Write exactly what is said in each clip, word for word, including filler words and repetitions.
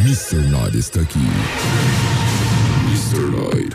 mister Night está aquí. mister Night.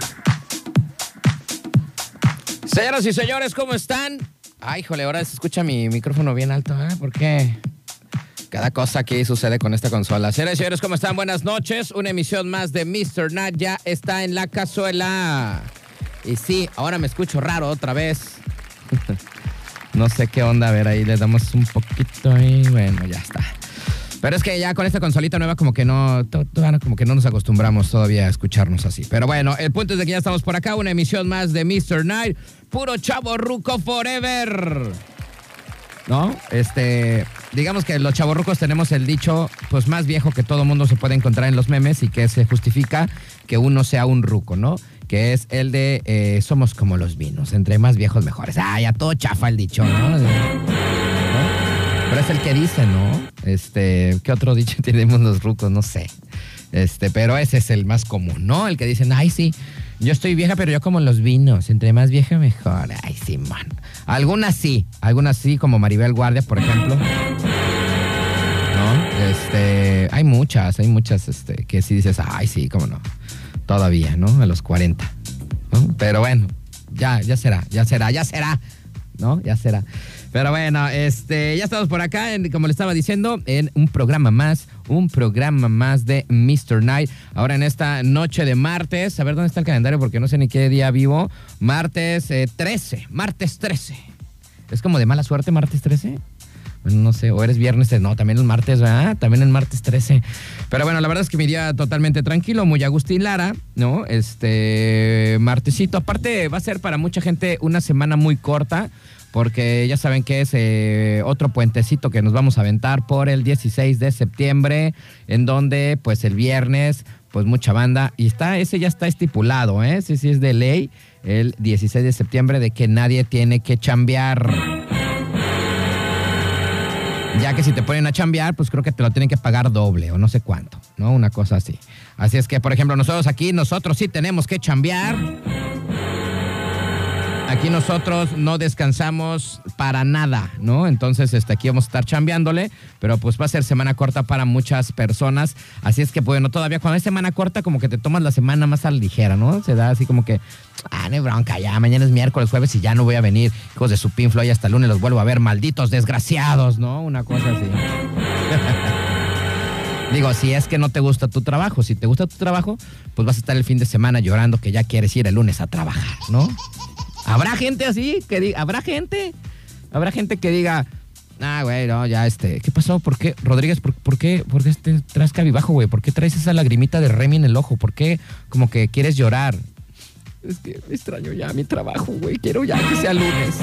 Señoras y señores, ¿cómo están? Ay, híjole, ahora se escucha mi micrófono bien alto, ¿eh? ¿Por qué? Cada cosa aquí sucede con esta consola. Señoras y señores, ¿cómo están? Buenas noches. Una emisión más de mister Night ya está en la cazuela. Y sí, ahora me escucho raro otra vez. No sé qué onda. A ver, ahí le damos un poquito y bueno, ya está. Pero es que ya con esta consolita nueva como que no, todavía como que no nos acostumbramos todavía a escucharnos así. Pero bueno, el punto es de que ya estamos por acá. Una emisión más de mister Night. Puro chavorruco forever. ¿No? Este, digamos que los chavorrucos tenemos el dicho pues más viejo que todo mundo se puede encontrar en los memes y que se justifica que uno sea un ruco, ¿no? Que es el de eh, somos como los vinos, entre más viejos mejores. Ah, ya todo chafa el dicho, ¿no? ¿no? Pero es el que dice, ¿no? Este, ¿qué otro dicho tenemos los rucos? No sé. Este, pero ese es el más común, ¿no? El que dicen, ay, sí, yo estoy vieja, pero yo como los vinos, entre más vieja mejor. Ay, sí, man. Algunas sí, algunas sí, como Maribel Guardia, por ejemplo. ¿No? Este, hay muchas, hay muchas, este, que sí dices, ay, sí, cómo no. Todavía, ¿no? A los cuarenta, ¿no? Pero bueno, ya, ya será, ya será, ya será, ¿no? Ya será. Pero bueno, este, ya estamos por acá, en, como le estaba diciendo, en un programa más, un programa más de mister Night. Ahora en esta noche de martes, a ver dónde está el calendario porque no sé ni qué día vivo. Martes eh, trece, martes trece. ¿Es como de mala suerte martes trece? Bueno, no sé, o eres viernes, no, también el martes, ¿verdad? También el martes trece. Pero bueno, la verdad es que mi día totalmente tranquilo, muy Agustín Lara, ¿no? Este, martesito. Aparte, va a ser para mucha gente una semana muy corta, porque ya saben que es eh, otro puentecito que nos vamos a aventar por el dieciséis de septiembre, en donde, pues, el viernes, pues, mucha banda. Y está, ese ya está estipulado, ¿eh? Ese sí es de ley, el dieciséis de septiembre, de que nadie tiene que chambear. Ya que si te ponen a chambear, pues creo que te lo tienen que pagar doble o no sé cuánto, ¿no? Una cosa así. Así es que, por ejemplo, nosotros aquí, nosotros sí tenemos que chambear. Aquí nosotros no descansamos para nada, ¿no? Entonces, este, aquí vamos a estar chambeándole, pero pues va a ser semana corta para muchas personas. Así es que, bueno, todavía cuando es semana corta, como que te tomas la semana más a la ligera, ¿no? Se da así como que, ah, no hay bronca, ya, mañana es miércoles, jueves y ya no voy a venir. Hijos de su pinflo, y hasta el lunes los vuelvo a ver, malditos desgraciados, ¿no? Una cosa así. Digo, si es que no te gusta tu trabajo, si te gusta tu trabajo, pues vas a estar el fin de semana llorando que ya quieres ir el lunes a trabajar, ¿no? ¿Habrá gente así? Que diga, ¿habrá gente? ¿Habrá gente que diga, ah, güey, no, ya este, ¿qué pasó? ¿Por qué, Rodríguez, por, por qué, por qué te traes cabibajo, güey? ¿Por qué traes esa lagrimita de Remy en el ojo? ¿Por qué como que quieres llorar? Es que me extraño ya mi trabajo, güey. Quiero ya que sea lunes.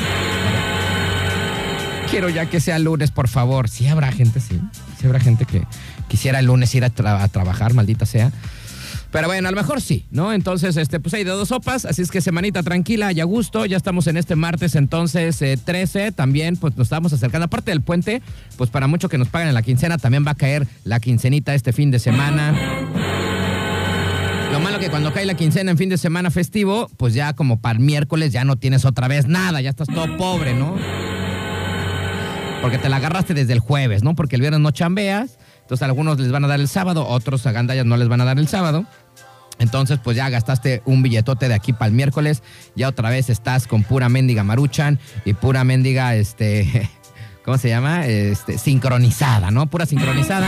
Quiero ya que sea lunes, por favor. Sí habrá gente, sí. Sí habrá gente que quisiera el lunes ir a, tra- a trabajar, maldita sea. Pero bueno, a lo mejor sí, ¿no? Entonces, este, pues hay de dos sopas, así es que semanita tranquila y a gusto. Ya estamos en este martes, entonces, eh, trece, también, pues nos estamos acercando. Aparte del puente, pues para mucho que nos paguen en la quincena, también va a caer la quincenita este fin de semana. Lo malo que cuando cae la quincena en fin de semana festivo, pues ya como para el miércoles ya no tienes otra vez nada, ya estás todo pobre, ¿no? Porque te la agarraste desde el jueves, ¿no? Porque el viernes no chambeas. Entonces a algunos les van a dar el sábado, otros a gandallas no les van a dar el sábado. Entonces pues ya gastaste un billetote de aquí para el miércoles, ya otra vez estás con pura mendiga maruchan y pura mendiga, este, ¿cómo se llama? Este, sincronizada, ¿no? Pura sincronizada.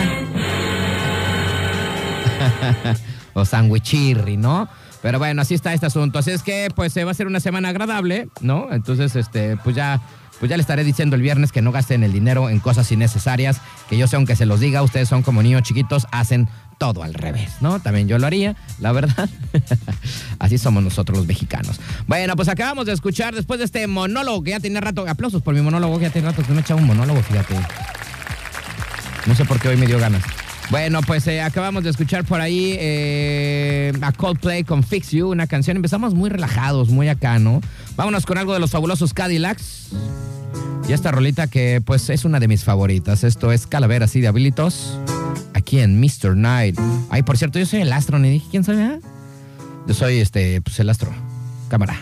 O sandwichirri, ¿no? Pero bueno, así está este asunto. Así es que pues se va a ser una semana agradable, ¿no? Entonces, este, pues ya... Pues ya le estaré diciendo el viernes que no gasten el dinero en cosas innecesarias, que yo sé, aunque se los diga, ustedes son como niños chiquitos, hacen todo al revés, ¿no? También yo lo haría, la verdad. Así somos nosotros los mexicanos. Bueno, pues acabamos de escuchar, después de este monólogo, que ya tiene rato, aplausos por mi monólogo, que ya tiene rato que me he echado un monólogo, fíjate. No sé por qué hoy me dio ganas. Bueno, pues eh, acabamos de escuchar por ahí eh, a Coldplay con Fix You, una canción. Empezamos muy relajados, muy acá, ¿no? Vámonos con algo de los fabulosos Cadillacs. Y esta rolita que pues es una de mis favoritas. Esto es Calaveras y Diablitos, aquí en mister Night. Ay, por cierto, yo soy el astro, ¿no? Dije, ¿quién sabe? ¿Eh? Yo soy este, pues el astro. Cámara.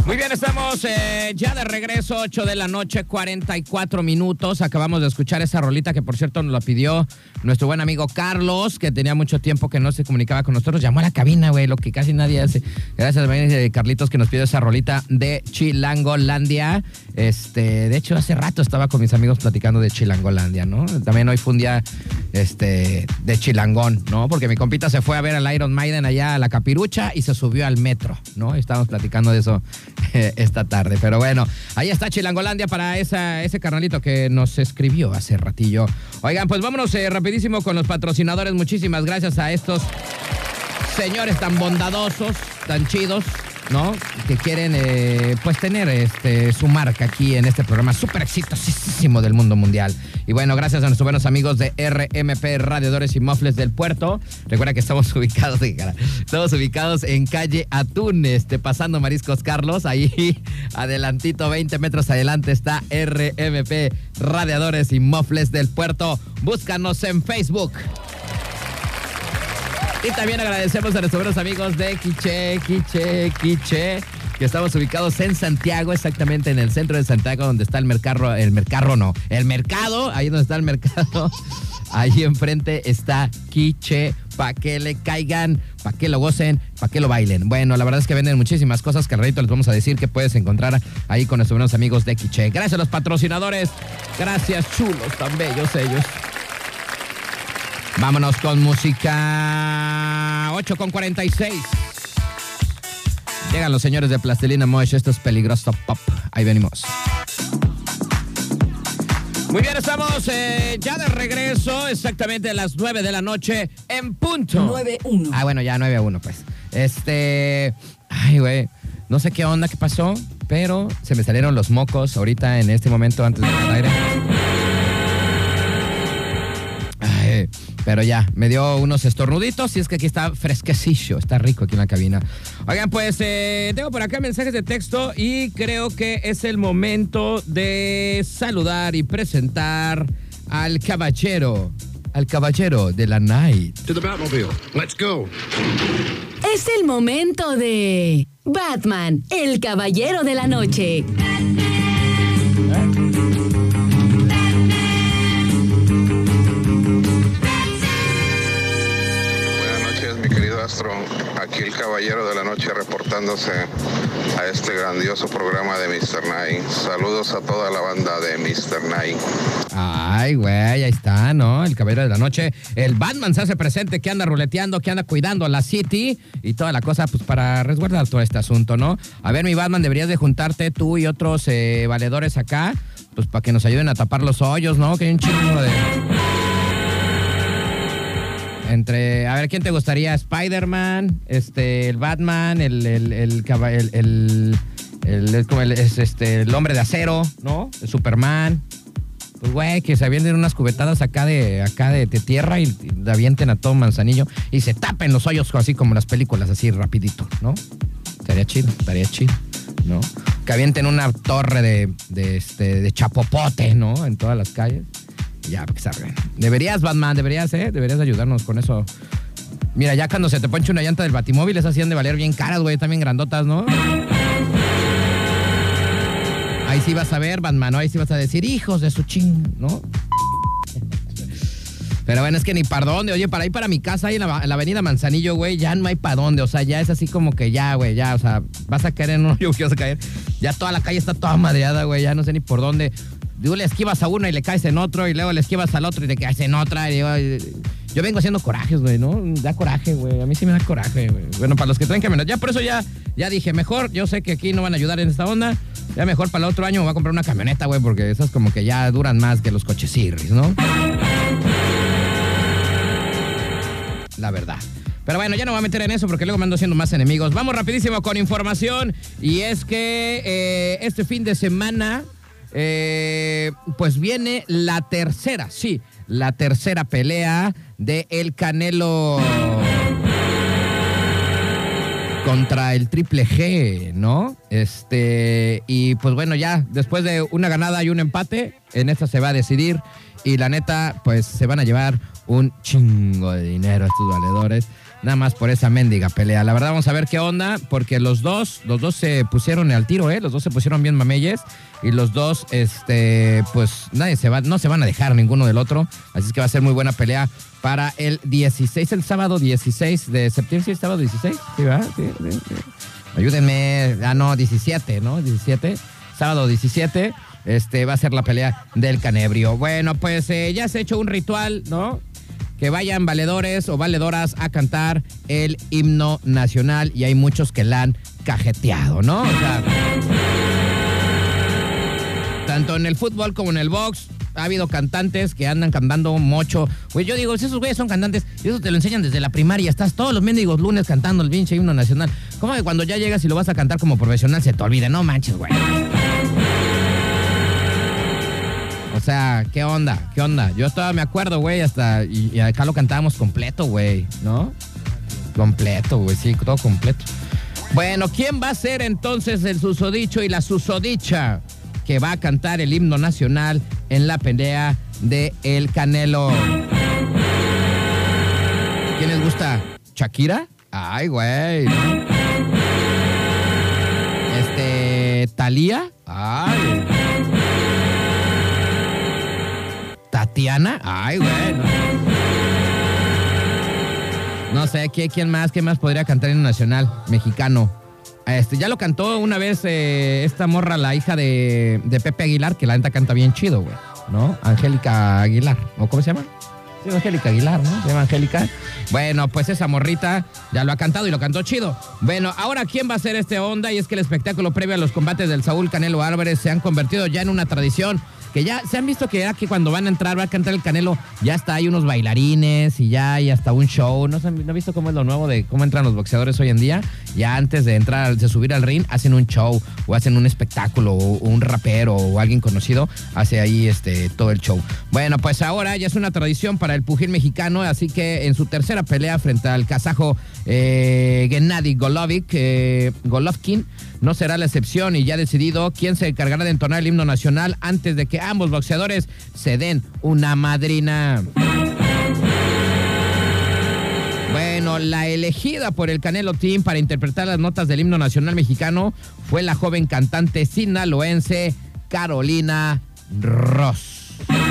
Muy bien, estamos eh, ya de regreso, ocho de la noche, cuarenta y cuatro minutos. Acabamos de escuchar esa rolita que, por cierto, nos la pidió nuestro buen amigo Carlos, que tenía mucho tiempo que no se comunicaba con nosotros. Llamó a la cabina, güey, lo que casi nadie hace. Gracias a Carlitos que nos pidió esa rolita de Chilangolandia. Este, de hecho, hace rato estaba con mis amigos platicando de Chilangolandia, ¿no? También hoy fue un día este, de chilangón, ¿no? Porque mi compita se fue a ver al Iron Maiden allá a la Capirucha y se subió al metro, ¿no? Estábamos platicando de eso esta tarde. Pero bueno, ahí está Chilangolandia para esa, ese carnalito que nos escribió hace ratillo. Oigan, pues vámonos eh, rapidísimo con los patrocinadores. Muchísimas gracias a estos señores tan bondadosos, tan chidos, ¿no? Que quieren, eh, pues, tener este, su marca aquí en este programa súper exitosísimo del mundo mundial. Y bueno, gracias a nuestros buenos amigos de R M P Radiadores y Mofles del Puerto. Recuerda que estamos ubicados, estamos ubicados en calle Atún, este, pasando Mariscos Carlos. Ahí, adelantito, veinte metros adelante, está R M P Radiadores y Mofles del Puerto. Búscanos en Facebook. Y también agradecemos a nuestros buenos amigos de Quiche, Quiche, Quiche, que estamos ubicados en Santiago, exactamente en el centro de Santiago, donde está el mercado, el mercado no, el mercado, ahí donde está el mercado, ahí enfrente está Quiche, para que le caigan, para que lo gocen, para que lo bailen. Bueno, la verdad es que venden muchísimas cosas que al ratito les vamos a decir que puedes encontrar ahí con nuestros buenos amigos de Quiche. Gracias a los patrocinadores, gracias chulos, tan bellos ellos. Vámonos con música. ocho con cuarenta y seis. Llegan los señores de Plastilina Mosh. Esto es Peligroso Pop. Ahí venimos. Muy bien, estamos eh, ya de regreso. Exactamente a las nueve de la noche en punto. nueve uno. Ah, bueno, ya nueve uno, pues. Este... Ay, güey. No sé qué onda, qué pasó, pero se me salieron los mocos ahorita en este momento antes de el aire. Ay... Pero ya, me dio unos estornuditos y es que aquí está fresquecillo, está rico aquí en la cabina. Oigan, pues eh, tengo por acá mensajes de texto y creo que es el momento de saludar y presentar al caballero, al caballero de la night. To the Batmobile. Let's go. Es el momento de Batman, el caballero de la noche. Aquí el caballero de la noche reportándose a este grandioso programa de mister Nine. Saludos a toda la banda de mister Nine. Ay, güey, ahí está, ¿no? El caballero de la noche. El Batman se hace presente, que anda ruleteando, que anda cuidando la City y toda la cosa, pues para resguardar todo este asunto, ¿no? A ver, mi Batman, deberías de juntarte tú y otros eh, valedores acá, pues para que nos ayuden a tapar los hoyos, ¿no? Que hay un chingo de... Entre, a ver, ¿quién te gustaría? Spider-Man, este, el Batman, el, el, el, el, el, el, el, el, es este, el hombre de acero, ¿no? El Superman. Pues, güey, que se avienten unas cubetadas acá de, acá de, de tierra y, y avienten a todo Manzanillo y se tapen los hoyos así como las películas, así rapidito, ¿no? Estaría chido, estaría chido, ¿no? Que avienten una torre de, de, este, de chapopote, ¿no? En todas las calles. Ya, para que salgan. Deberías, Batman, deberías, ¿eh? Deberías ayudarnos con eso. Mira, ya cuando se te ponche una llanta del Batimóvil, esas hacían de valer bien caras, güey, también grandotas, ¿no? Ahí sí vas a ver, Batman, ¿no? Ahí sí vas a decir, hijos de su ching, ¿no? Pero bueno, es que ni para dónde. Oye, para ir para mi casa, ahí en la, en la avenida Manzanillo, güey, ya no hay para dónde. O sea, ya es así como que ya, güey, ya, o sea, vas a caer en un hoyo que vas a caer. Ya toda la calle está toda madreada, güey, ya no sé ni por dónde. Digo, le esquivas a uno y le caes en otro, y luego le esquivas al otro y le caes en otra. Y digo, yo vengo haciendo corajes, güey, ¿no? Da coraje, güey. A mí sí me da coraje, güey. Bueno, para los que traen camionetas. Ya por eso ya, ya dije, mejor, yo sé que aquí no van a ayudar en esta onda. Ya mejor para el otro año me voy a comprar una camioneta, güey, porque esas como que ya duran más que los coches Cirris, ¿no? La verdad. Pero bueno, ya no voy a meter en eso porque luego me ando haciendo más enemigos. Vamos rapidísimo con información. Y es que eh, este fin de semana... Eh, pues viene la tercera, sí, la tercera pelea de El Canelo contra el Triple G, ¿no? Este, y pues bueno, ya después de una ganada y un empate, en esta se va a decidir y la neta, pues se van a llevar un chingo de dinero a estos valedores. nada más por esa mendiga pelea. La verdad, vamos a ver qué onda, porque los dos, los dos se pusieron al tiro, ¿eh? Los dos se pusieron bien mameyes y los dos, este, pues nadie se va, no se van a dejar ninguno del otro, así es que va a ser muy buena pelea para el dieciséis, el sábado dieciséis de septiembre, ¿sí? ¿El sábado dieciséis? ¿Sí, verdad? Sí, sí, sí. Ayúdenme, ah, no, diecisiete, ¿no? diecisiete, sábado diecisiete, este, va a ser la pelea del Canebrio. Bueno, pues eh, ya se ha hecho un ritual, ¿no? Que vayan valedores o valedoras a cantar el himno nacional y hay muchos que la han cajeteado, ¿no? O sea, tanto en el fútbol como en el box ha habido cantantes que andan cantando mocho. Güey, yo digo, si esos güeyes son cantantes y eso te lo enseñan desde la primaria, estás todos los mendigos lunes cantando el pinche himno nacional. ¿Cómo que cuando ya llegas y lo vas a cantar como profesional se te olvida? No manches, güey. O sea, ¿qué onda? ¿Qué onda? Yo todavía me acuerdo, güey, hasta... Y, y acá lo cantábamos completo, güey, ¿no? Completo, güey, sí, todo completo. Bueno, ¿quién va a ser entonces el susodicho y la susodicha que va a cantar el himno nacional en la pelea de El Canelo? ¿Quién les gusta? ¿Shakira? Ay, güey, ¿no? Este... ¿Thalía? Ay... ¿Tatiana? Ay, güey. No, no sé, ¿quién, ¿quién más? ¿Quién más podría cantar en nacional mexicano? Este, ya lo cantó una vez eh, esta morra, la hija de, de Pepe Aguilar, que la neta canta bien chido, güey, ¿no? Angélica Aguilar, ¿o cómo se llama? Sí, Angélica Aguilar, ¿no? Se llama Angélica. Bueno, pues esa morrita ya lo ha cantado y lo cantó chido. Bueno, ahora, ¿quién va a hacer este onda? Y es que el espectáculo previo a los combates del Saúl Canelo Álvarez se han convertido ya en una tradición. Que ya se han visto que ya que cuando van a entrar, va a cantar el Canelo, ya hasta hay unos bailarines y ya hay hasta un show. ¿No han, ¿no han visto cómo es lo nuevo de cómo entran los boxeadores hoy en día? Ya antes de entrar, de subir al ring, hacen un show o hacen un espectáculo o un rapero o alguien conocido hace ahí este todo el show. Bueno, pues ahora ya es una tradición para el pugil mexicano, así que en su tercera pelea frente al kazajo eh, Gennady Golovkin, eh, Golovkin, no será la excepción y ya ha decidido quién se encargará de entonar el himno nacional antes de que ambos boxeadores se den una madrina. Bueno, la elegida por el Canelo Team para interpretar las notas del himno nacional mexicano fue la joven cantante sinaloense Carolina Ross.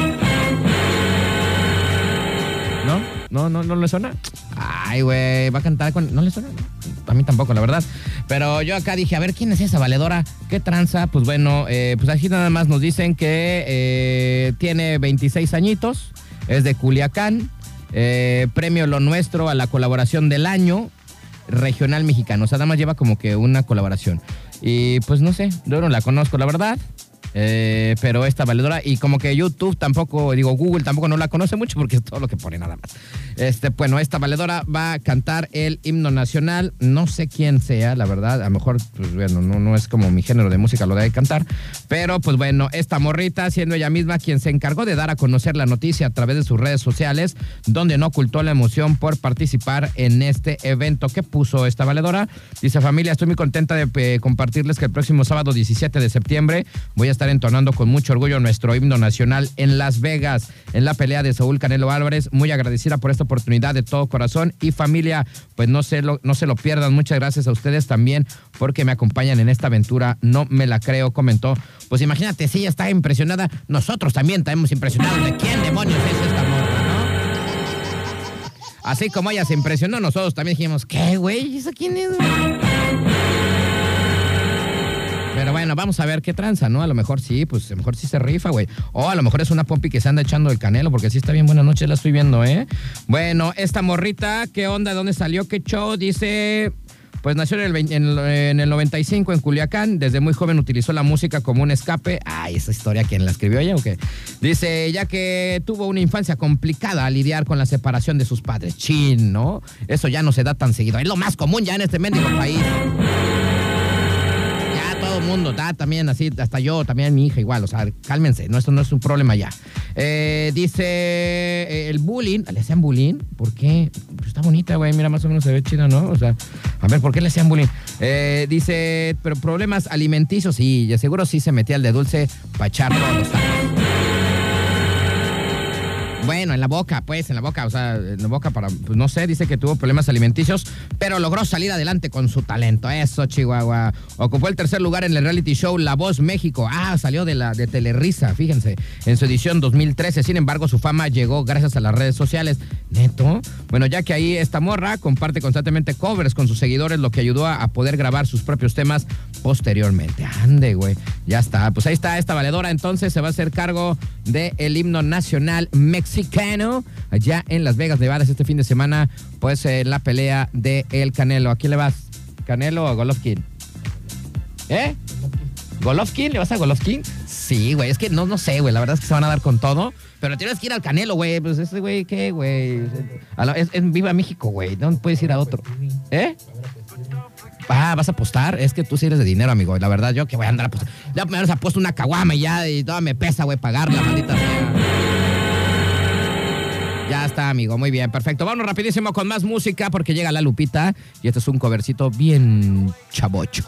¿No? ¿No, no, no le suena? Ay, güey, va a cantar con... ¿No le suena? A mí tampoco, la verdad. Pero yo acá dije, a ver, ¿quién es esa valedora? ¿Qué tranza? Pues bueno, eh, pues aquí nada más nos dicen que eh, tiene veintiséis añitos, es de Culiacán, eh, premio Lo Nuestro a la colaboración del año regional mexicano. O sea, nada más lleva como que una colaboración. Y pues no sé, yo no la conozco, la verdad. Eh, pero esta valedora, y como que YouTube tampoco, digo Google tampoco no la conoce mucho porque es todo lo que pone nada más. Este, bueno, esta valedora va a cantar el himno nacional, no sé quién sea, la verdad, a lo mejor, pues bueno, no, no es como mi género de música lo de cantar, pero pues bueno, esta morrita, siendo ella misma quien se encargó de dar a conocer la noticia a través de sus redes sociales, donde no ocultó la emoción por participar en este evento. ¿Qué puso esta valedora? Dice: familia, estoy muy contenta de eh, compartirles que el próximo sábado diecisiete de septiembre voy a estar entonando con mucho orgullo nuestro himno nacional en Las Vegas, en la pelea de Saúl Canelo Álvarez. Muy agradecida por esta oportunidad de todo corazón. Y familia, pues no se lo, no se lo pierdan. Muchas gracias a ustedes también porque me acompañan en esta aventura. No me la creo, comentó. Pues imagínate, si ella está impresionada, nosotros también estamos impresionados de quién demonios es esta morra, ¿no? Así como ella se impresionó, nosotros también dijimos, ¿qué, güey? ¿Eso quién es, güey? Pero bueno, vamos a ver qué tranza, ¿no? A lo mejor sí, pues a lo mejor sí se rifa, güey. O a lo mejor es una pompi que se anda echando el Canelo, porque sí está bien buena noche, la estoy viendo, ¿eh? Bueno, esta morrita, ¿qué onda? ¿De dónde salió? ¿Qué show? Dice... Pues nació en el, en, en el noventa y cinco en Culiacán. Desde muy joven utilizó la música como un escape. Ay, esa historia, ¿quién la escribió ella o qué? Dice, ya que tuvo una infancia complicada al lidiar con la separación de sus padres. Chin, ¿no? Eso ya no se da tan seguido. Es lo más común ya en este mendigo país. Todo el mundo, da también así, hasta yo, también mi hija igual, o sea, cálmense, no, esto no es un problema ya. Eh, dice, eh, el bullying, ¿le hacían bullying? ¿Por qué? Pues está bonita, güey, mira, más o menos se ve chida, ¿no? O sea, a ver, ¿por qué le hacían bullying? Eh, dice, pero problemas alimenticios, y de seguro sí se metía el de dulce para echar todos los tacos. Bueno, en la boca, pues, en la boca, o sea, en la boca para, pues no sé, dice que tuvo problemas alimenticios, pero logró salir adelante con su talento. Eso, Chihuahua. Ocupó el tercer lugar en el reality show La Voz México. Ah, salió de la de Telerisa, fíjense, en su edición dos mil trece. Sin embargo, su fama llegó gracias a las redes sociales. ¿Neto? Bueno, ya que ahí esta morra comparte constantemente covers con sus seguidores, lo que ayudó a, a poder grabar sus propios temas posteriormente. Ande, güey. Ya está. Pues ahí está esta valedora. Entonces se va a hacer cargo del himno nacional mexicano allá en Las Vegas, Nevada, este fin de semana, pues en la pelea de el Canelo. ¿A quién le vas? ¿Canelo o Golovkin? ¿Eh? ¿Golovkin? ¿Le vas a Golovkin? Sí, güey, es que no, no sé, güey, la verdad es que se van a dar con todo, pero tienes que ir al Canelo, güey, pues ese güey, ¿qué, güey? Es, es Viva México, güey, no puedes ir a otro. ¿Eh? Ah, ¿vas a apostar? Es que tú sí eres de dinero, amigo. La verdad, yo que voy a andar apostando. Ya me has apuesto una caguama y ya, y todo me pesa, güey, pagarla, maldita sea. Ya está, amigo. Muy bien, perfecto. Vámonos rapidísimo con más música porque llega la Lupita y este es un covercito bien chavocho.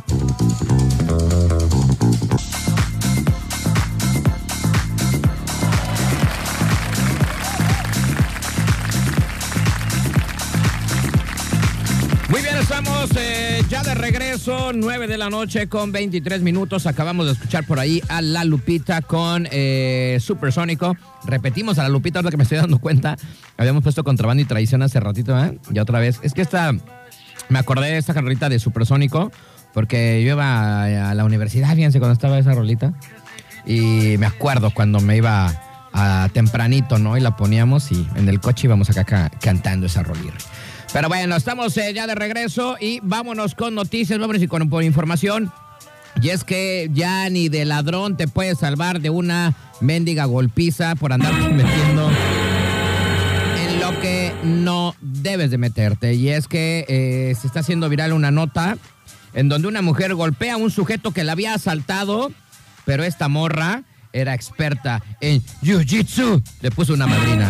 Muy bien, estamos eh, ya de regreso, nueve de la noche con veintitrés minutos. Acabamos de escuchar por ahí a la Lupita con eh, Supersónico. Repetimos a la Lupita, ahora que me estoy dando cuenta. Habíamos puesto Contrabando y Traición hace ratito, ¿eh? Y otra vez. Es que esta, me acordé de esta carrerita de Supersónico porque yo iba a, a la universidad, fíjense, cuando estaba esa rolita. Y me acuerdo cuando me iba a, a tempranito, ¿no? Y la poníamos y en el coche íbamos acá ca- cantando esa rolita. Pero bueno, estamos eh, ya de regreso y vámonos con noticias, vámonos y con, con información. Y es que ya ni de ladrón te puedes salvar de una mendiga golpiza por andarte metiendo en lo que no debes de meterte. Y es que eh, se está haciendo viral una nota en donde una mujer golpea a un sujeto que la había asaltado, pero esta morra era experta en jiu-jitsu. Le puso una madrina.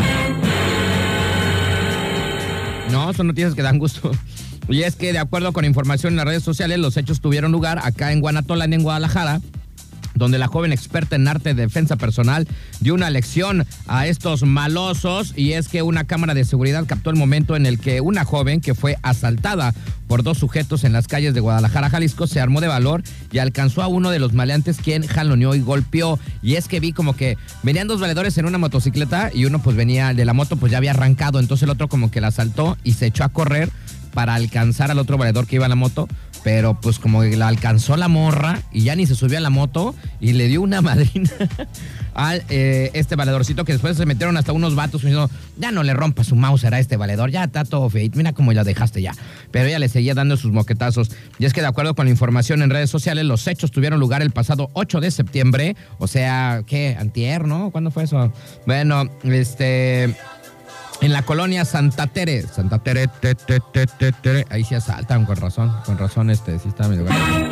No, son noticias que dan gusto. Y es que, de acuerdo con información en las redes sociales, los hechos tuvieron lugar acá en Guanatolandia, en Guadalajara, donde la joven experta en arte de defensa personal dio una lección a estos malosos. Y es que una cámara de seguridad captó el momento en el que una joven que fue asaltada por dos sujetos en las calles de Guadalajara, Jalisco, se armó de valor y alcanzó a uno de los maleantes, quien jaloneó y golpeó. Y es que vi como que venían dos valedores en una motocicleta y uno pues venía de la moto, pues ya había arrancado. Entonces el otro como que la asaltó y se echó a correr para alcanzar al otro valedor que iba en la moto, pero pues como que la alcanzó la morra y ya ni se subió a la moto y le dio una madrina a eh, este valedorcito, que después se metieron hasta unos vatos diciendo, ya no le rompas su Mauser a este valedor, ya está todo feito, mira cómo ya dejaste ya. Pero ella le seguía dando sus moquetazos. Y es que, de acuerdo con la información en redes sociales, los hechos tuvieron lugar el pasado ocho de septiembre, o sea, ¿qué? Antier, ¿no? ¿Cuándo fue eso? Bueno, este... en la colonia Santa Tere, Santa Tere, te, te, te, te, te, ahí se asaltan, con razón, con razón, este, sí está medio grande.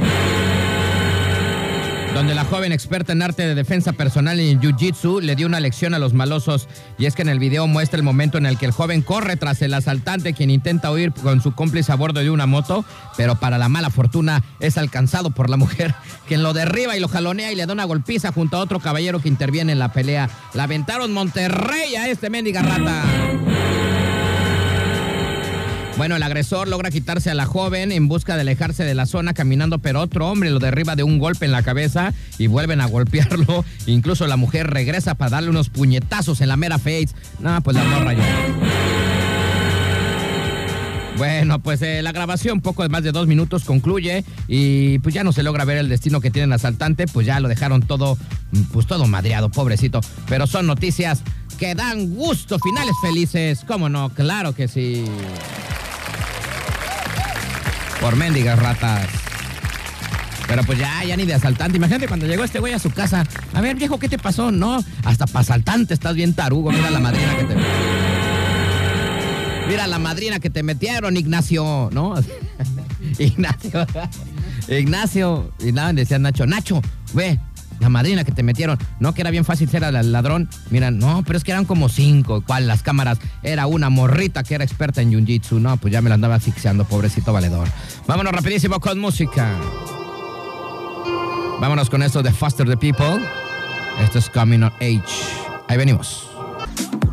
Donde la joven experta en arte de defensa personal y en jiu-jitsu le dio una lección a los malosos. Y es que en el video muestra el momento en el que el joven corre tras el asaltante, quien intenta huir con su cómplice a bordo de una moto, pero para la mala fortuna es alcanzado por la mujer, quien lo derriba y lo jalonea y le da una golpiza junto a otro caballero que interviene en la pelea. La aventaron Monterrey a este mendiga rata. Bueno, el agresor logra quitarse a la joven en busca de alejarse de la zona caminando, pero otro hombre lo derriba de un golpe en la cabeza y vuelven a golpearlo. Incluso la mujer regresa para darle unos puñetazos en la mera face. No, pues la morra ya. Bueno, pues eh, la grabación, poco más de dos minutos, concluye y pues ya no se logra ver el destino que tiene el asaltante, pues ya lo dejaron todo, pues todo madreado, pobrecito. Pero son noticias que dan gusto, finales felices, ¿cómo no? Claro que sí. Por mendigas ratas. Pero pues ya, ya ni de asaltante. Imagínate cuando llegó este güey a su casa. A ver, viejo, ¿qué te pasó? No, hasta para asaltante estás bien tarugo. Mira la madrina que te... Mira la madrina que te metieron, Ignacio, ¿no? Ignacio. Ignacio. Y nada, decía Nacho, Nacho, ve, la madrina que te metieron. No, que era bien fácil ser el ladrón. Mira, no, pero es que eran como cinco. ¿Cuál? Las cámaras. Era una morrita que era experta en jiu-jitsu. No, pues ya me la andaba asfixiando, pobrecito valedor. Vámonos rapidísimo con música. Vámonos con esto de Faster the People. Esto es Coming of Age. Ahí venimos.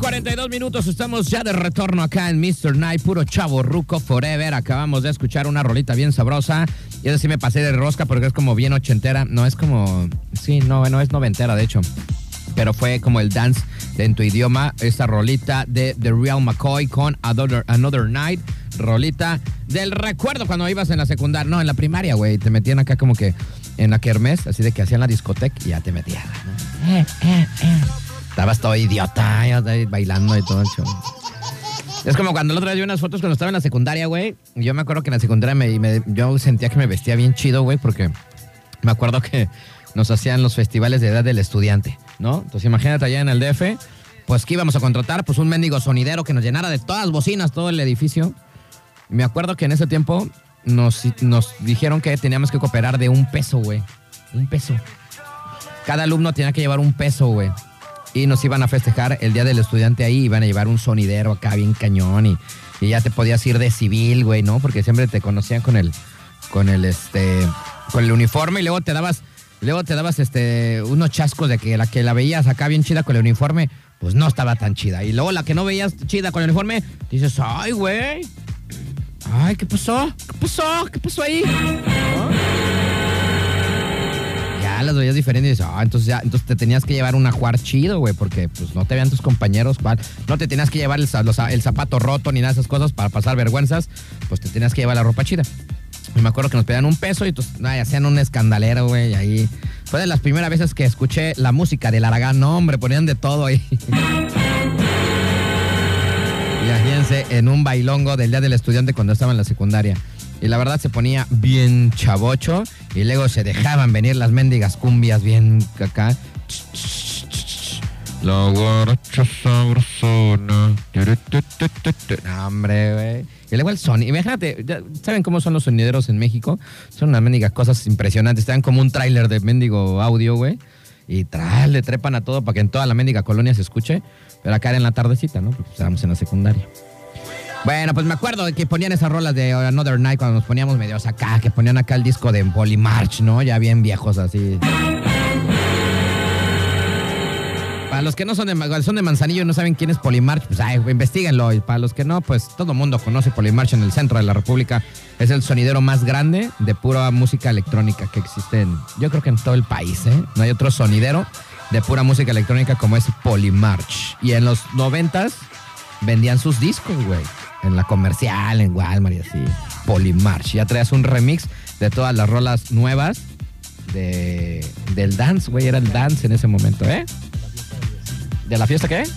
cuarenta y dos minutos, estamos ya de retorno acá en mister Night, puro chavo ruco forever. Acabamos de escuchar una rolita bien sabrosa. Y eso sí me pasé de rosca porque es como bien ochentera. No, es como... Sí, no, no es noventera, de hecho. Pero fue como el dance de En Tu Idioma. Esta rolita de The Real McCoy con Another, Another Night. Rolita del recuerdo cuando ibas en la secundaria. No, en la primaria, güey. Te metían acá como que en la kermés. Así de que hacían la discoteca y ya te metían, ¿no? Eh, eh, eh. Estabas todo idiota, ya, bailando y todo el show. Es como cuando la otra vez vi unas fotos cuando estaba en la secundaria, güey. Y yo me acuerdo que en la secundaria me, me, yo sentía que me vestía bien chido, güey, porque me acuerdo que nos hacían los festivales de edad del estudiante, ¿no? Entonces imagínate allá en el D F, pues que íbamos a contratar pues un mendigo sonidero que nos llenara de todas bocinas todo el edificio. Me acuerdo que en ese tiempo nos, nos dijeron que teníamos que cooperar de un peso, güey. Un peso. Cada alumno tenía que llevar un peso, güey. Y nos iban a festejar el día del estudiante ahí, iban a llevar un sonidero acá bien cañón y, y ya te podías ir de civil, güey, ¿no? Porque siempre te conocían con el, con el, este, con el uniforme y luego te dabas, luego te dabas, este, unos chascos de que la que la veías acá bien chida con el uniforme, pues no estaba tan chida. Y luego la que no veías chida con el uniforme, dices, ay, güey, ay, ¿qué pasó? ¿Qué pasó? ¿Qué pasó ahí? ¿No? Las veías diferentes y dices, ah, entonces ya, entonces te tenías que llevar un ajuar chido, güey, porque pues no te vean tus compañeros, ¿cuál? No te tenías que llevar el, los, el zapato roto ni nada de esas cosas para pasar vergüenzas, pues te tenías que llevar la ropa chida. Y me acuerdo que nos pedían un peso y entonces, ay, hacían un escandalero, güey, ahí. Fue de las primeras veces que escuché la música del Aragán, no, hombre, ponían de todo ahí. Imagínense en un bailongo del día del estudiante cuando estaba en la secundaria. Y la verdad se ponía bien chavocho y luego se dejaban venir las mendigas cumbias bien acá. La guaracha sabrosona. No, hombre, güey. Y luego el sonido. Imagínate, ¿saben cómo son los sonideros en México? Son unas mendigas cosas impresionantes. Te dan como un tráiler de mendigo audio, güey. Y tras, le trepan a todo para que en toda la mendiga colonia se escuche. Pero acá era en la tardecita, ¿no? Porque estábamos en la secundaria. Bueno, pues me acuerdo de que ponían esas rolas de Another Night cuando nos poníamos medios acá, que ponían acá el disco de Polymarch, ¿no? Ya bien viejos así. Para los que no son de, son de Manzanillo y no saben quién es Polymarch, pues ay, investíguenlo. Y para los que no, pues todo mundo conoce Polymarch en el centro de la República. Es el sonidero más grande de pura música electrónica que existe en, yo creo que en todo el país, ¿eh? No hay otro sonidero de pura música electrónica como es Polymarch. Y en los noventas vendían sus discos, güey. En la comercial, en Walmart y así. Polymarch. Ya traías un remix de todas las rolas nuevas de, del dance, güey. Era el dance en ese momento, ¿eh? ¿De la fiesta qué?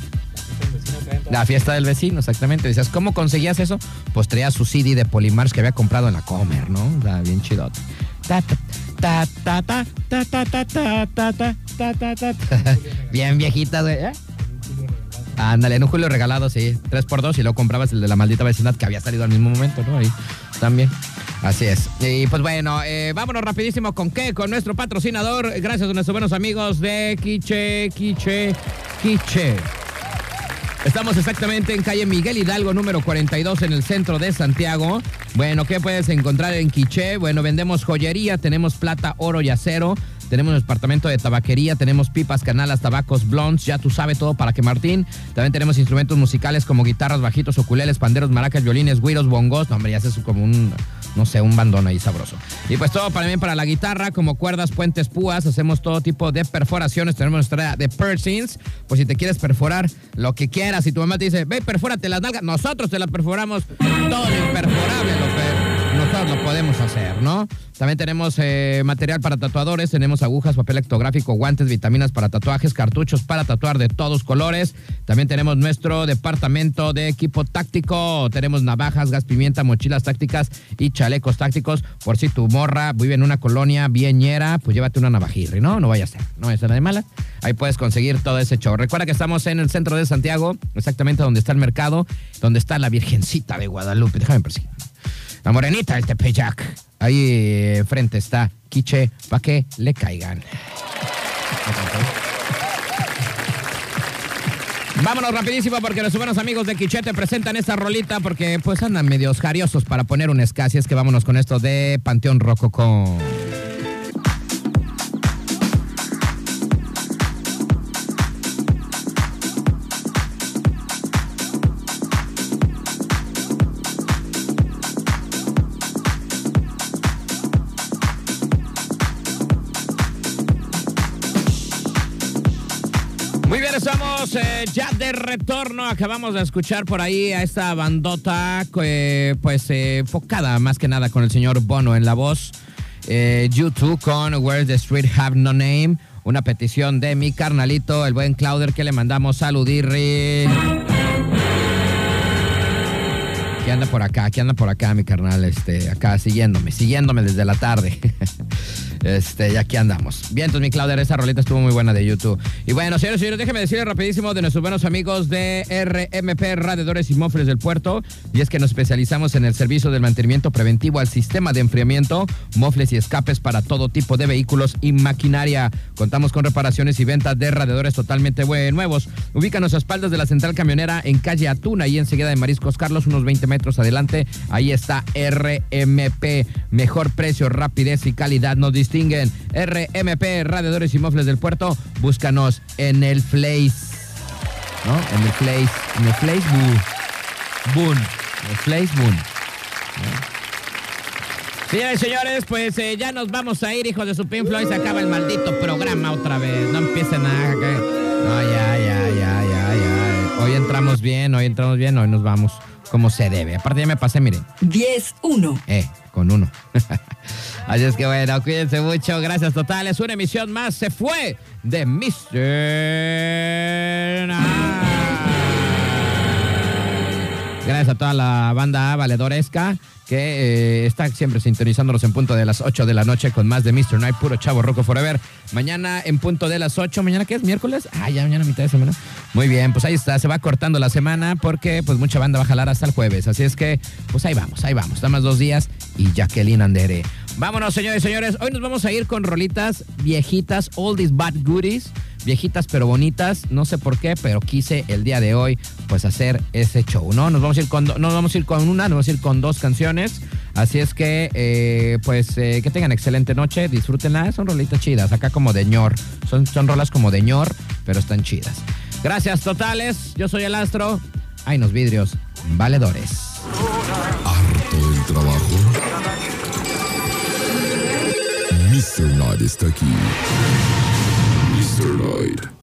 La fiesta del vecino, exactamente. Dices, ¿cómo conseguías eso? Pues traías su C D de Polymarch que había comprado en la Comer, ¿no? O sea, bien chidote. Ta, ta, ta, ta, ta, ta, ta, ta, ta, ta, ta, ta, ta. Bien viejita, güey, ¿eh? Ándale, en un julio regalado, sí, tres por dos y luego comprabas el de la maldita vecindad que había salido al mismo momento, ¿no? Ahí también. Así es. Y pues bueno, eh, vámonos rapidísimo con qué, con nuestro patrocinador, gracias a nuestros buenos amigos de Quiche, Quiche, Quiche. Estamos exactamente en calle Miguel Hidalgo, número cuarenta y dos, en el centro de Santiago. Bueno, ¿qué puedes encontrar en Quiche? Bueno, vendemos joyería, tenemos plata, oro y acero. Tenemos departamento de tabaquería, tenemos pipas, canalas, tabacos, blondes, ya tú sabes todo para que Martín. También tenemos instrumentos musicales como guitarras, bajitos, ukuleles, panderos, maracas, violines, güiros, bongos. No, hombre, ya haces como un, no sé, un bandón ahí sabroso. Y pues todo para mí, para la guitarra, como cuerdas, puentes, púas. Hacemos todo tipo de perforaciones. Tenemos nuestra de piercings, por si te quieres perforar lo que quieras. Si tu mamá te dice, ve, perfórate las nalgas, nosotros te las perforamos. Todo lo imperforable, lo que nosotros lo podemos hacer, ¿no? También tenemos eh, material para tatuadores, tenemos agujas, papel ectográfico, guantes, vitaminas para tatuajes, cartuchos para tatuar de todos colores. También tenemos nuestro departamento de equipo táctico, tenemos navajas, gas pimienta, mochilas tácticas y chalecos tácticos. Por si tu morra vive en una colonia viñera, pues llévate una navajirri, ¿no? No vaya a ser, no vaya a ser nada de mala. Ahí puedes conseguir todo ese show. Recuerda que estamos en el centro de Santiago, exactamente donde está el mercado, donde está la Virgencita de Guadalupe. Déjame perseguir. La morenita del Tepeyac. Ahí enfrente está Quiche, para que le caigan. Vámonos rapidísimo porque los buenos amigos de Quiche te presentan esta rolita porque pues andan medios jariosos para poner un ska. Así es que vámonos con esto de Panteón Rococó. Muy bien, estamos eh, ya de retorno. Acabamos de escuchar por ahí a esta bandota, eh, pues eh, enfocada más que nada con el señor Bono en la voz. Eh, U dos con Where's the Street Have No Name. Una petición de mi carnalito, el buen Clauder, que le mandamos saludirri. Que anda por acá, que anda por acá, mi carnal, este, acá siguiéndome, siguiéndome desde la tarde. Este, y aquí andamos. Bien, entonces, mi Claudia, esa rolita estuvo muy buena de YouTube. Y bueno, señores y señores, déjenme decirles rapidísimo de nuestros buenos amigos de R M P, Radiadores y Mofles del Puerto. Y es que nos especializamos en el servicio del mantenimiento preventivo al sistema de enfriamiento, mofles y escapes para todo tipo de vehículos y maquinaria. Contamos con reparaciones y ventas de radiadores totalmente nuevos. Ubícanos a espaldas de la central camionera en calle Atuna y enseguida de Mariscos Carlos, unos veinte metros adelante. Ahí está R M P. Mejor precio, rapidez y calidad nos distinguen. R M P, Radiadores y Mofles del Puerto. Búscanos en el Place, ¿no? En el Place, en el Place Boon. Boon. En el Place Boon. Señores y señores, pues eh, ya nos vamos a ir, hijos de su Pink Floyd. Se acaba el maldito programa otra vez. No empiecen a... No, ya, ya, ya, ya, ya. Hoy entramos bien, hoy entramos bien, hoy nos vamos como se debe. Aparte ya me pasé, miren. diez uno. Eh, con uno. Así es que bueno, cuídense mucho. Gracias totales. Una emisión más se fue de mister Night. Gracias a toda la banda valedoresca que eh, está siempre sintonizándonos en punto de las ocho de la noche con más de mister Night, puro chavo roco forever. Mañana en punto de las ocho. ¿Mañana qué es? ¿Miércoles? Ah, ya mañana mitad de semana. Muy bien, pues ahí está. Se va cortando la semana porque pues mucha banda va a jalar hasta el jueves. Así es que pues ahí vamos, ahí vamos. Nada más dos días y Jacqueline Andere. Vámonos, señores y señores. Hoy nos vamos a ir con rolitas viejitas, oldies but goodies. Viejitas pero bonitas, no sé por qué, pero quise el día de hoy pues hacer ese show, ¿no? Nos vamos a ir con, no nos vamos a ir con una, nos vamos a ir con dos canciones. Así es que, eh, pues, eh, que tengan excelente noche, disfrútenla. Son rolitas chidas, acá como de ñor. Son, son rolas como de ñor, pero están chidas. Gracias totales, yo soy el Astro. Hay unos vidrios valedores. Harto del trabajo. mister Night está aquí. mister Night.